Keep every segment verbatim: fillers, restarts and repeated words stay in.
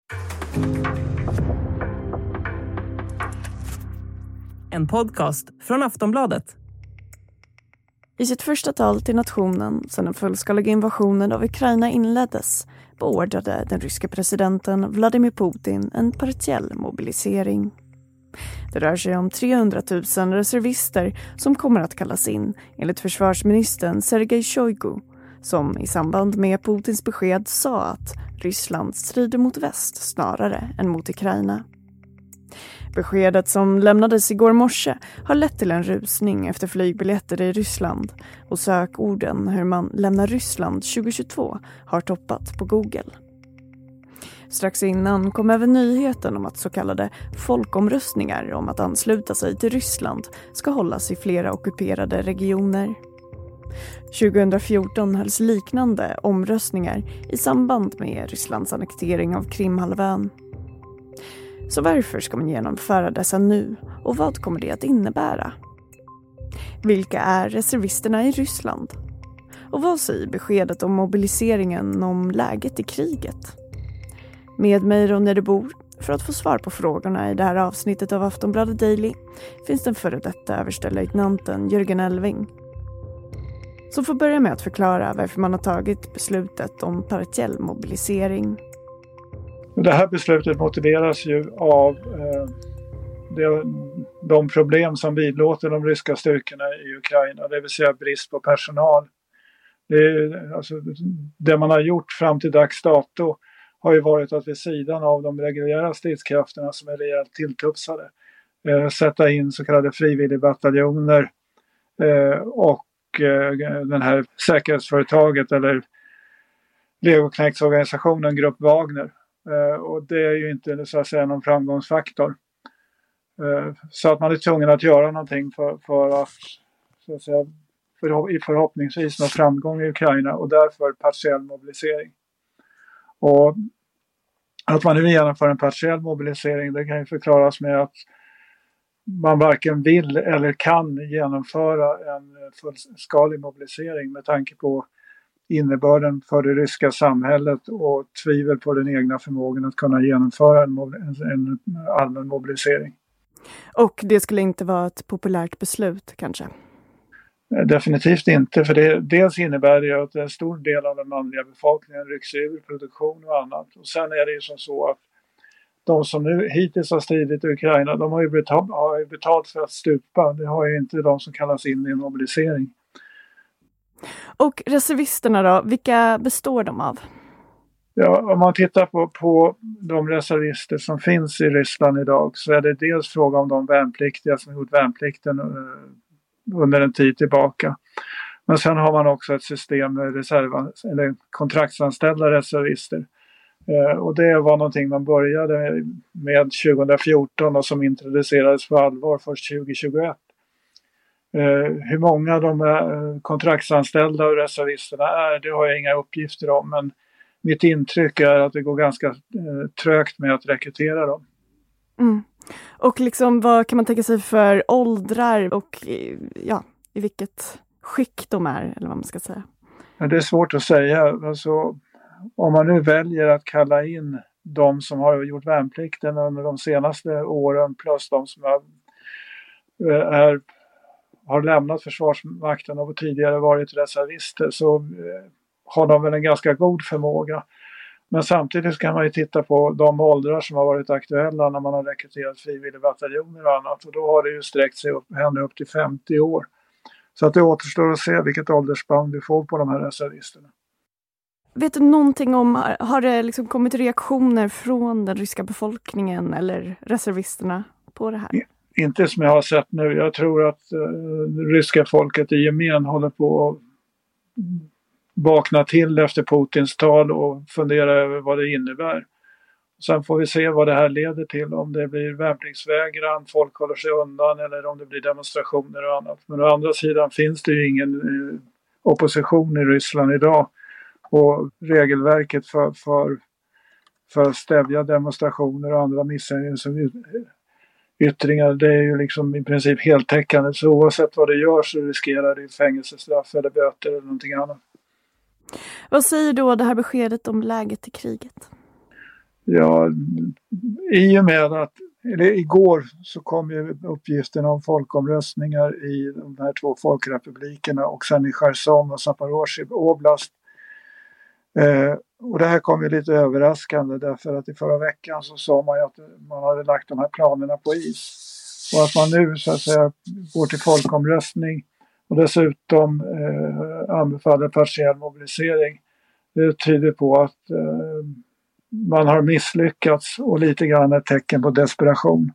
En podcast från Aftonbladet. I sitt första tal till nationen sedan den fullskaliga invasionen av Ukraina inleddes beordrade den ryska presidenten Vladimir Putin en partiell mobilisering. Det rör sig om trehundratusen reservister som kommer att kallas in enligt försvarsministern Sergej Shoigu, som i samband med Putins besked sa att Ryssland strider mot väst snarare än mot Ukraina. Beskedet som lämnades igår morse har lett till en rusning efter flygbiljetter i Ryssland och sökorden hur man lämnar Ryssland tjugohundratjugotvå har toppat på Google. Strax innan kom även nyheten om att så kallade folkomröstningar om att ansluta sig till Ryssland ska hållas i flera ockuperade regioner. tjugohundrafjorton hölls liknande omröstningar i samband med Rysslands annektering av Krimhalvön. Så varför ska man genomföra dessa nu och vad kommer det att innebära? Vilka är reservisterna i Ryssland? Och vad säger beskedet om mobiliseringen om läget i kriget? Med mig Ronja de Bor, för att få svar på frågorna i det här avsnittet av Aftonbladet Daily finns den före detta överstelöjtnanten Jörgen Elving. Så får börja med att förklara varför man har tagit beslutet om partiell mobilisering. Det här beslutet motiveras ju av eh, det, de problem som vidlåter de ryska styrkorna i Ukraina, det vill säga brist på personal. Det, alltså, det man har gjort fram till dags dato har ju varit att vid sidan av de reguljära stridskrafterna som är rejält tilltufsade eh, sätta in så kallade frivilligbataljoner eh, och eh, den här säkerhetsföretaget eller legoknäktsorganisationen Grupp Wagner. Uh, och det är ju inte så att säga någon framgångsfaktor. Uh, så att man är tvungen att göra någonting för, för att, så att säga, för, förhoppningsvis nå framgång i Ukraina och därför partiell mobilisering. Och att man nu genomför en partiell mobilisering, det kan ju förklaras med att man varken vill eller kan genomföra en fullskalig mobilisering med tanke på innebörden för det ryska samhället och tvivel på den egna förmågan att kunna genomföra en, en allmän mobilisering. Och det skulle inte vara ett populärt beslut kanske? Definitivt inte, för det dels innebär det att en stor del av den manliga befolkningen rycks ur produktion och annat. Och sen är det ju som så att de som nu hittills har stridit i Ukraina, de har ju betalt, har ju betalt för att stupa. Det har ju inte de som kallas in i en mobilisering. Och reservisterna då, vilka består de av? Ja, om man tittar på, på de reservister som finns i Ryssland idag så är det dels fråga om de värnpliktiga som har gjort värnplikten uh, under en tid tillbaka. Men sen har man också ett system med reserv- eller kontraktsanställda reservister. Uh, och det var någonting man började med tjugohundrafjorton och som introducerades på allvar först tjugohundratjugoett. Uh, hur många de uh, kontraktsanställda och reservisterna är, det har jag inga uppgifter om. Men mitt intryck är att det går ganska uh, trögt med att rekrytera dem. Mm. Och liksom, vad kan man tänka sig för åldrar och ja, i vilket skick de är, eller vad man ska säga? Ja, det är svårt att säga. Alltså, om man nu väljer att kalla in de som har gjort värnplikten under de senaste åren plus de som är, är har lämnat Försvarsmakten och tidigare varit reservister, så eh, har de väl en ganska god förmåga. Men samtidigt kan man ju titta på de åldrar som har varit aktuella när man har rekryterat frivilligbataljoner och annat. Och då har det ju sträckt sig upp, ända upp till femtio år. Så att det återstår att se vilket åldersspann vi får på de här reservisterna. Vet du någonting om, har det liksom kommit reaktioner från den ryska befolkningen eller reservisterna på det här? Ja. Inte som jag har sett nu. Jag tror att uh, det ryska folket i gemen håller på att vakna till efter Putins tal och fundera över vad det innebär. Sen får vi se vad det här leder till. Om det blir värnpliktsvägran, folk håller sig undan eller om det blir demonstrationer och annat. Men å andra sidan finns det ju ingen uh, opposition i Ryssland idag. Och regelverket för, för, för att stävja demonstrationer och andra missnöjen yttringar, det är ju liksom i princip heltäckande. Så oavsett vad det gör så riskerar det fängelsestraff eller böter eller någonting annat. Vad säger då det här beskedet om läget i kriget? Ja, i och med att, eller igår så kom ju uppgiften om folkomröstningar i de här två folkrepublikerna och sen i Cherson och Zaporozhye oblast. Eh, och det här kom ju lite överraskande därför att i förra veckan så sa man ju att man hade lagt de här planerna på is. Och att man nu så att säga går till folkomröstning och dessutom eh, anbefaller partiell mobilisering. Det tyder på att eh, man har misslyckats och lite grann ett tecken på desperation.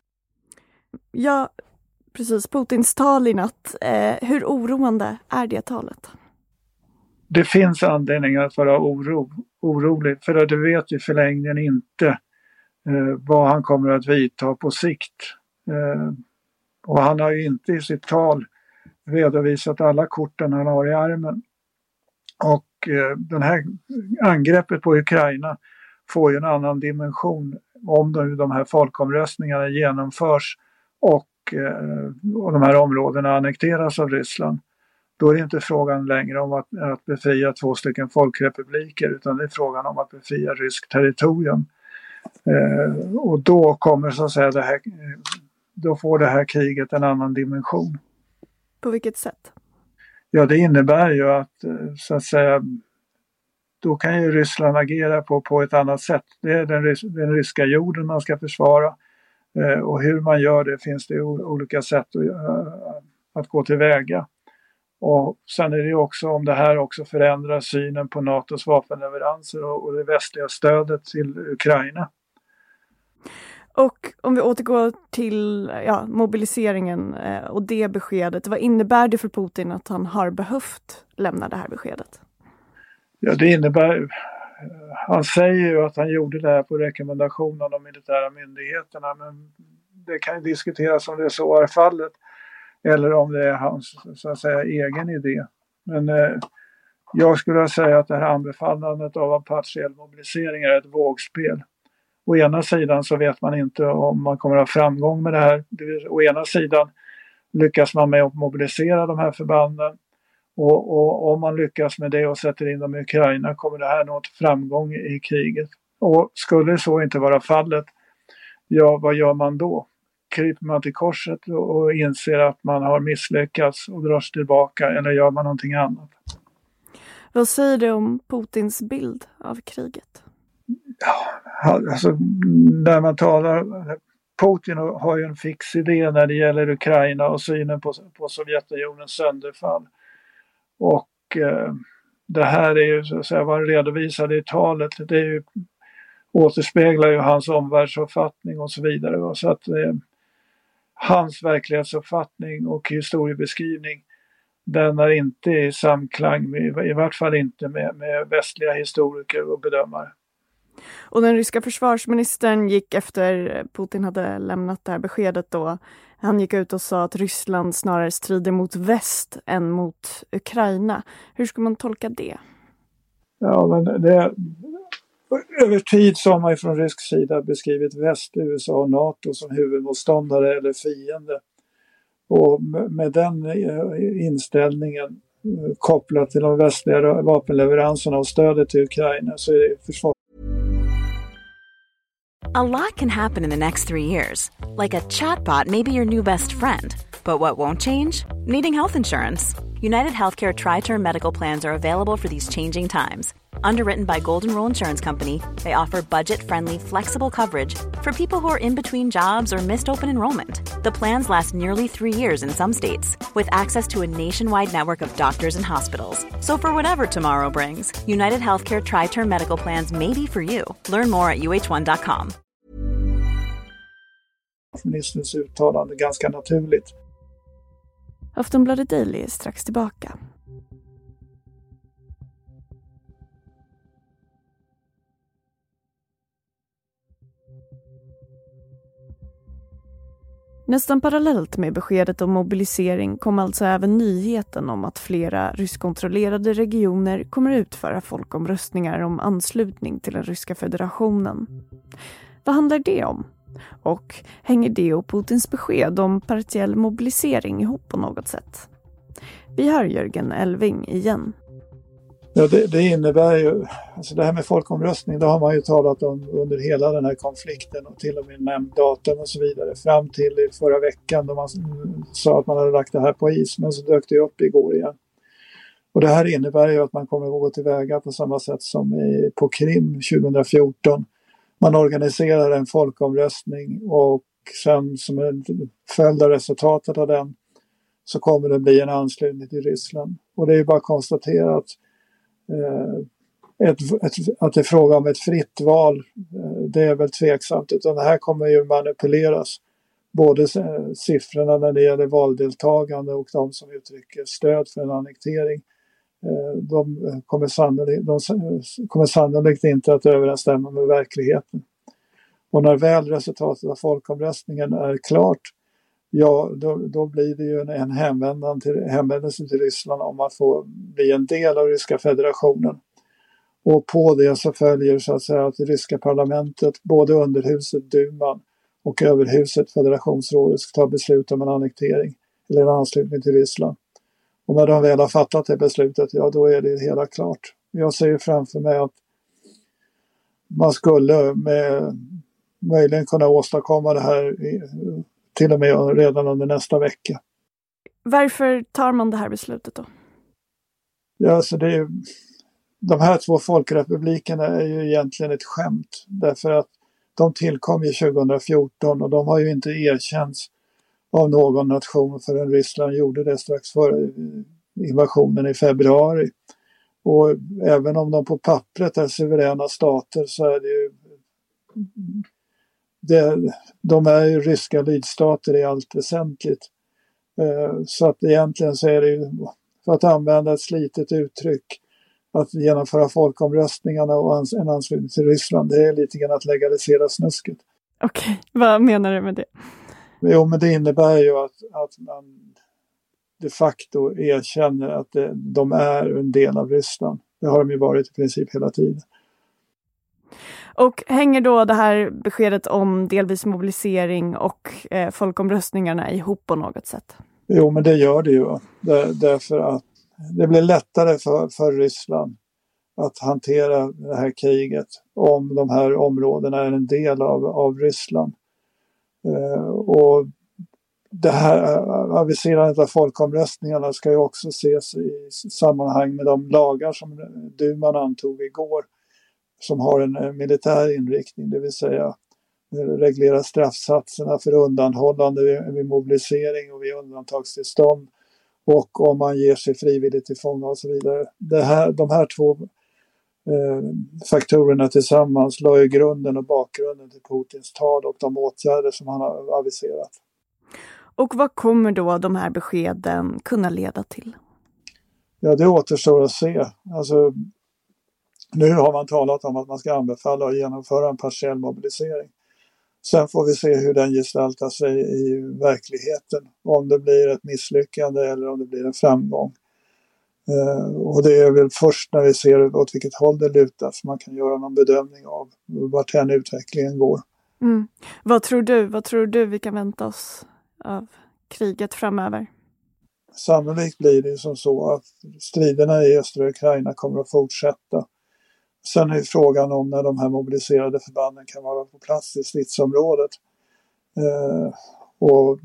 Ja, precis. Putins tal i natt. Eh, hur oroande är det talet? Det finns anledning att vara oro, orolig för att du vet i förlängningen inte eh, vad han kommer att vidta på sikt. Eh, och han har ju inte i sitt tal redovisat alla korten han har i armen. Och eh, den här angreppet på Ukraina får ju en annan dimension om de, de här folkomröstningarna genomförs och, eh, och de här områdena annekteras av Ryssland. Då är det inte frågan längre om att, att befria två stycken folkrepubliker utan det är frågan om att befria rysk territorium. Eh, och då kommer så att säga det här, då får det här kriget en annan dimension. På vilket sätt? Ja, det innebär ju att så att säga då kan ju Ryssland agera på, på ett annat sätt. Det är den, den ryska jorden man ska försvara eh, och hur man gör det finns det olika sätt att, att gå tillväga. Och sen är det ju också om det här också förändrar synen på NATOs vapenleveranser och, och det västliga stödet till Ukraina. Och om vi återgår till ja, mobiliseringen eh, och det beskedet. Vad innebär det för Putin att han har behövt lämna det här beskedet? Ja, det innebär... Han säger ju att han gjorde det här på rekommendation av de militära myndigheterna. Men det kan ju diskuteras om det så är fallet. Eller om det är hans så att säga, egen idé. Men eh, jag skulle säga att det här anbefallandet av en partiell mobilisering är ett vågspel. Å ena sidan så vet man inte om man kommer att ha framgång med det här. Å ena sidan lyckas man med att mobilisera de här förbanden. Och, och om man lyckas med det och sätter in dem i Ukraina kommer det här nå framgång i kriget. Och skulle så inte vara fallet, ja vad gör man då? Kryper man till korset och, och inser att man har misslyckats och drar sig tillbaka eller gör man någonting annat? Vad säger du om Putins bild av kriget? Ja, alltså när man talar, Putin har ju en fix idé när det gäller Ukraina och synen på, på Sovjetunionens sönderfall. Och eh, det här är ju så att säga vad han redovisade i talet, det är ju, återspeglar ju hans omvärldsuppfattning och så vidare. Så att eh, hans verklighetsuppfattning och historiebeskrivning den är inte i samklang med, i vart fall inte med, med västliga historiker och bedömare. Och den ryska försvarsministern gick efter Putin hade lämnat det här beskedet då. Han gick ut och sa att Ryssland snarare strider mot väst än mot Ukraina. Hur ska man tolka det? Ja, men det, över tid så har man från rysk sida beskrivit väst, U S A och NATO som huvudmotståndare eller fiende. Och med den inställningen kopplat till de västliga vapenleveranserna och stödet till Ukraina så är det försvar. A lot can happen in the next three years. Like a chatbot may be your new best friend. But what won't change? Needing health insurance. United Healthcare Tri-Term Medical Plans are available for these changing times. Underwritten by Golden Rule Insurance Company, they offer budget-friendly, flexible coverage for people who are in between jobs or missed open enrollment. The plans last nearly three years in some states, with access to a nationwide network of doctors and hospitals. So for whatever tomorrow brings, United Healthcare Tri-Term Medical Plans may be for you. Learn more at U H one dot com. Ministerns uttalande ganska naturligt. Aftonbladet Daily är strax tillbaka. Nästan parallellt med beskedet om mobilisering kom alltså även nyheten om att flera ryskkontrollerade regioner kommer utföra folkomröstningar om anslutning till den ryska federationen. Vad handlar det om? Och hänger det och Putins besked om partiell mobilisering ihop på något sätt? Vi hör Jörgen Elving igen. Ja, det, det innebär ju, alltså det här med folkomröstning, det har man ju talat om under hela den här konflikten och till och med nämnt datum och så vidare. Fram till förra veckan då man sa att man hade lagt det här på is, men så dök det upp igår igen. Och det här innebär ju att man kommer att gå tillväga på samma sätt som i, på Krim tjugo fjorton. Man organiserar en folkomröstning och sen som en följd av resultatet av den så kommer det bli en anslutning till Ryssland. Och det är ju bara att konstatera att, eh, ett, ett, att det är fråga om ett fritt val. Eh, det är väl tveksamt, utan det här kommer ju manipuleras. Både eh, siffrorna när det gäller valdeltagande och de som uttrycker stöd för en annektering. Eh, de, kommer sannolikt, de kommer sannolikt inte att överensstämma med verkligheten. Och när väl resultatet av folkomröstningen är klart, ja, då, då blir det ju en, en hemvändan till, hemvändelse till Ryssland om att få bli en del av Ryska federationen. Och på det så följer så att säga att det ryska parlamentet, både underhuset Duman och överhuset federationsrådet, ska ta beslut om en annektering eller en anslutning till Ryssland. Och när de väl har fattat det beslutet, ja då är det hela klart. Jag ser ju framför mig att man skulle med, möjligen kunna åstadkomma det här i, till och med redan under nästa vecka. Varför tar man det här beslutet då? Ja, så det är, de här två folkrepublikerna är ju egentligen ett skämt. Därför att de tillkom ju tjugo fjorton och de har ju inte erkänts av någon nation förrän Ryssland gjorde det strax före invasionen i februari. Och även om de på pappret är suveräna stater så är det ju det, de är ju ryska lydstater i allt väsentligt. Eh, så att egentligen så är det ju, för att använda ett slitet uttryck, att genomföra folkomröstningarna och ans- en anslutning till Ryssland, det är lite grann att legalisera snusket. Okej, vad menar du med det? Jo, men det innebär ju att, att man de facto erkänner att det, de är en del av Ryssland. Det har de ju varit i princip hela tiden. Och hänger då det här beskedet om delvis mobilisering och eh, folkomröstningarna ihop på något sätt? Jo, men det gör det ju. Där, därför att det blir lättare för, för Ryssland att hantera det här kriget om de här områdena är en del av, av Ryssland. Eh, och det här aviserandet av folkomröstningarna ska ju också ses i sammanhang med de lagar som Duman antog igår, som har en militär inriktning, det vill säga reglera straffsatserna för undanhållande vid, vid mobilisering och vid undantagstillstånd, och om man ger sig frivilligt till fånga och så vidare. Det här, de här två eh, faktorerna tillsammans la ju grunden och bakgrunden till Putins tal och de åtgärder som han har aviserat. Och vad kommer då de här beskeden kunna leda till? Ja, det återstår att se. Alltså, nu har man talat om att man ska anbefalla att genomföra en partiell mobilisering. Sen får vi se hur den gestaltar sig i verkligheten. Om det blir ett misslyckande eller om det blir en framgång. Eh, och det är väl först när vi ser åt vilket håll det lutar som man kan göra någon bedömning av vart den utvecklingen går. Mm. Vad tror du? Vad tror du vi kan vänta oss av kriget framöver? Sannolikt blir det som så att striderna i östra Ukraina kommer att fortsätta. Sen är frågan om när de här mobiliserade förbanden kan vara på plats i stridsområdet. Eh, och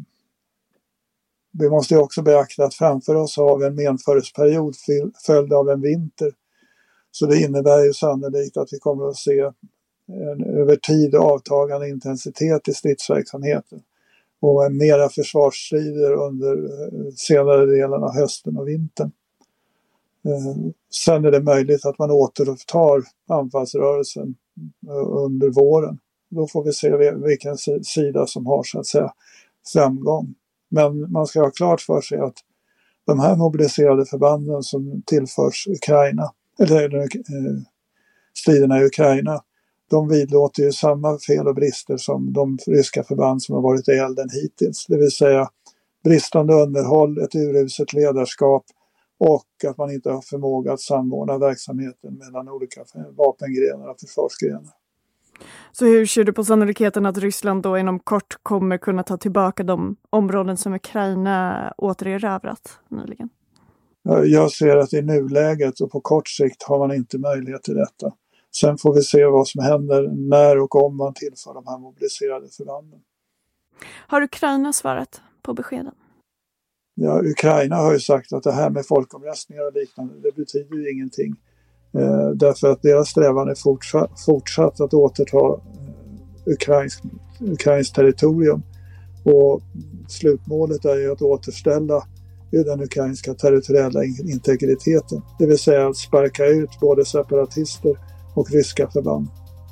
vi måste ju också beakta att framför oss har vi en menföresperiod följd av en vinter. Så det innebär ju sannolikt att vi kommer att se en över tid avtagande intensitet i stridsverksamheten. Och en mera försvarsstrider under senare delen av hösten och vintern. Eh, sen är det möjligt att man återupptar anfallsrörelsen under våren. Då får vi se vilken sida som har så att säga framgång. Men man ska ha klart för sig att de här mobiliserade förbanden som tillförs Ukraina, eller eh, striderna i Ukraina, de vidlåter ju samma fel och brister som de ryska förband som har varit i elden hittills. Det vill säga bristande underhåll, ett uruset ledarskap och att man inte har förmåga att samordna verksamheten mellan olika vapengrenar och försvarsgrenar. Så hur ser du på sannolikheten att Ryssland då inom kort kommer kunna ta tillbaka de områden som Ukraina återerövrat nyligen? Jag ser att i nuläget och på kort sikt har man inte möjlighet till detta. Sen får vi se vad som händer när och om man tillför de här mobiliserade förbanden. Har Ukraina svarat på beskeden? Ja, Ukraina har ju sagt att det här med folkomröstningar och liknande, det betyder ju ingenting. Eh, därför att deras strävan är fortsatt, fortsatt att återta eh, Ukrains, Ukrains territorium. Och slutmålet är ju att återställa den ukrainska territoriella integriteten. Det vill säga att sparka ut både separatister och ryska förband.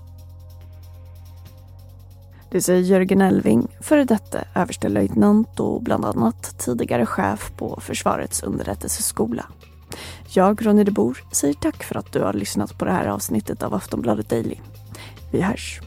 Det säger Jörgen Elving, före detta överstelöjtnant och bland annat tidigare chef på Försvarets underrättelseskola. Jag, Ronny de Boer, säger tack för att du har lyssnat på det här avsnittet av Aftonbladet Daily. Vi hörs.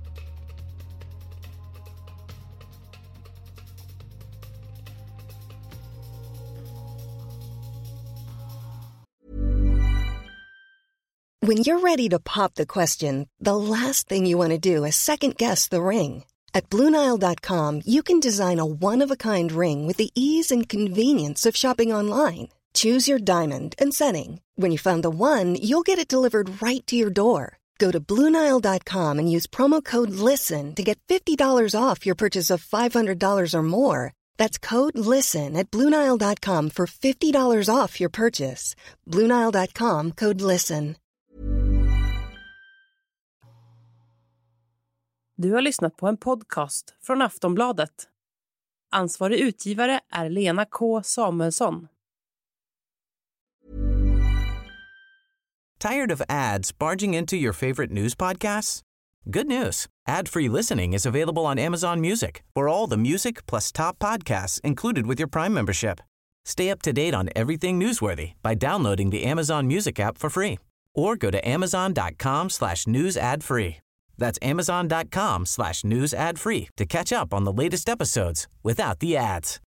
When you're ready to pop the question, the last thing you want to do is second-guess the ring. At Blue Nile dot com, you can design a one-of-a-kind ring with the ease and convenience of shopping online. Choose your diamond and setting. When you find the one, you'll get it delivered right to your door. Go to Blue Nile dot com and use promo code LISTEN to get fifty dollars off your purchase of five hundred dollars or more. That's code LISTEN at Blue Nile dot com for fifty dollars off your purchase. Blue Nile dot com, code LISTEN. Du har lyssnat på en podcast från Aftonbladet. Ansvarig utgivare är Lena K. Samuelsson. Tired of ads barging into your favorite news podcasts? Good news. Ad-free listening is available on Amazon Music for all the music plus top podcasts included with your Prime membership. Stay up to date on everything newsworthy by downloading the Amazon Music app for free or go to amazon.com slash news ad free. That's amazon.com slash news ad free to catch up on the latest episodes without the ads.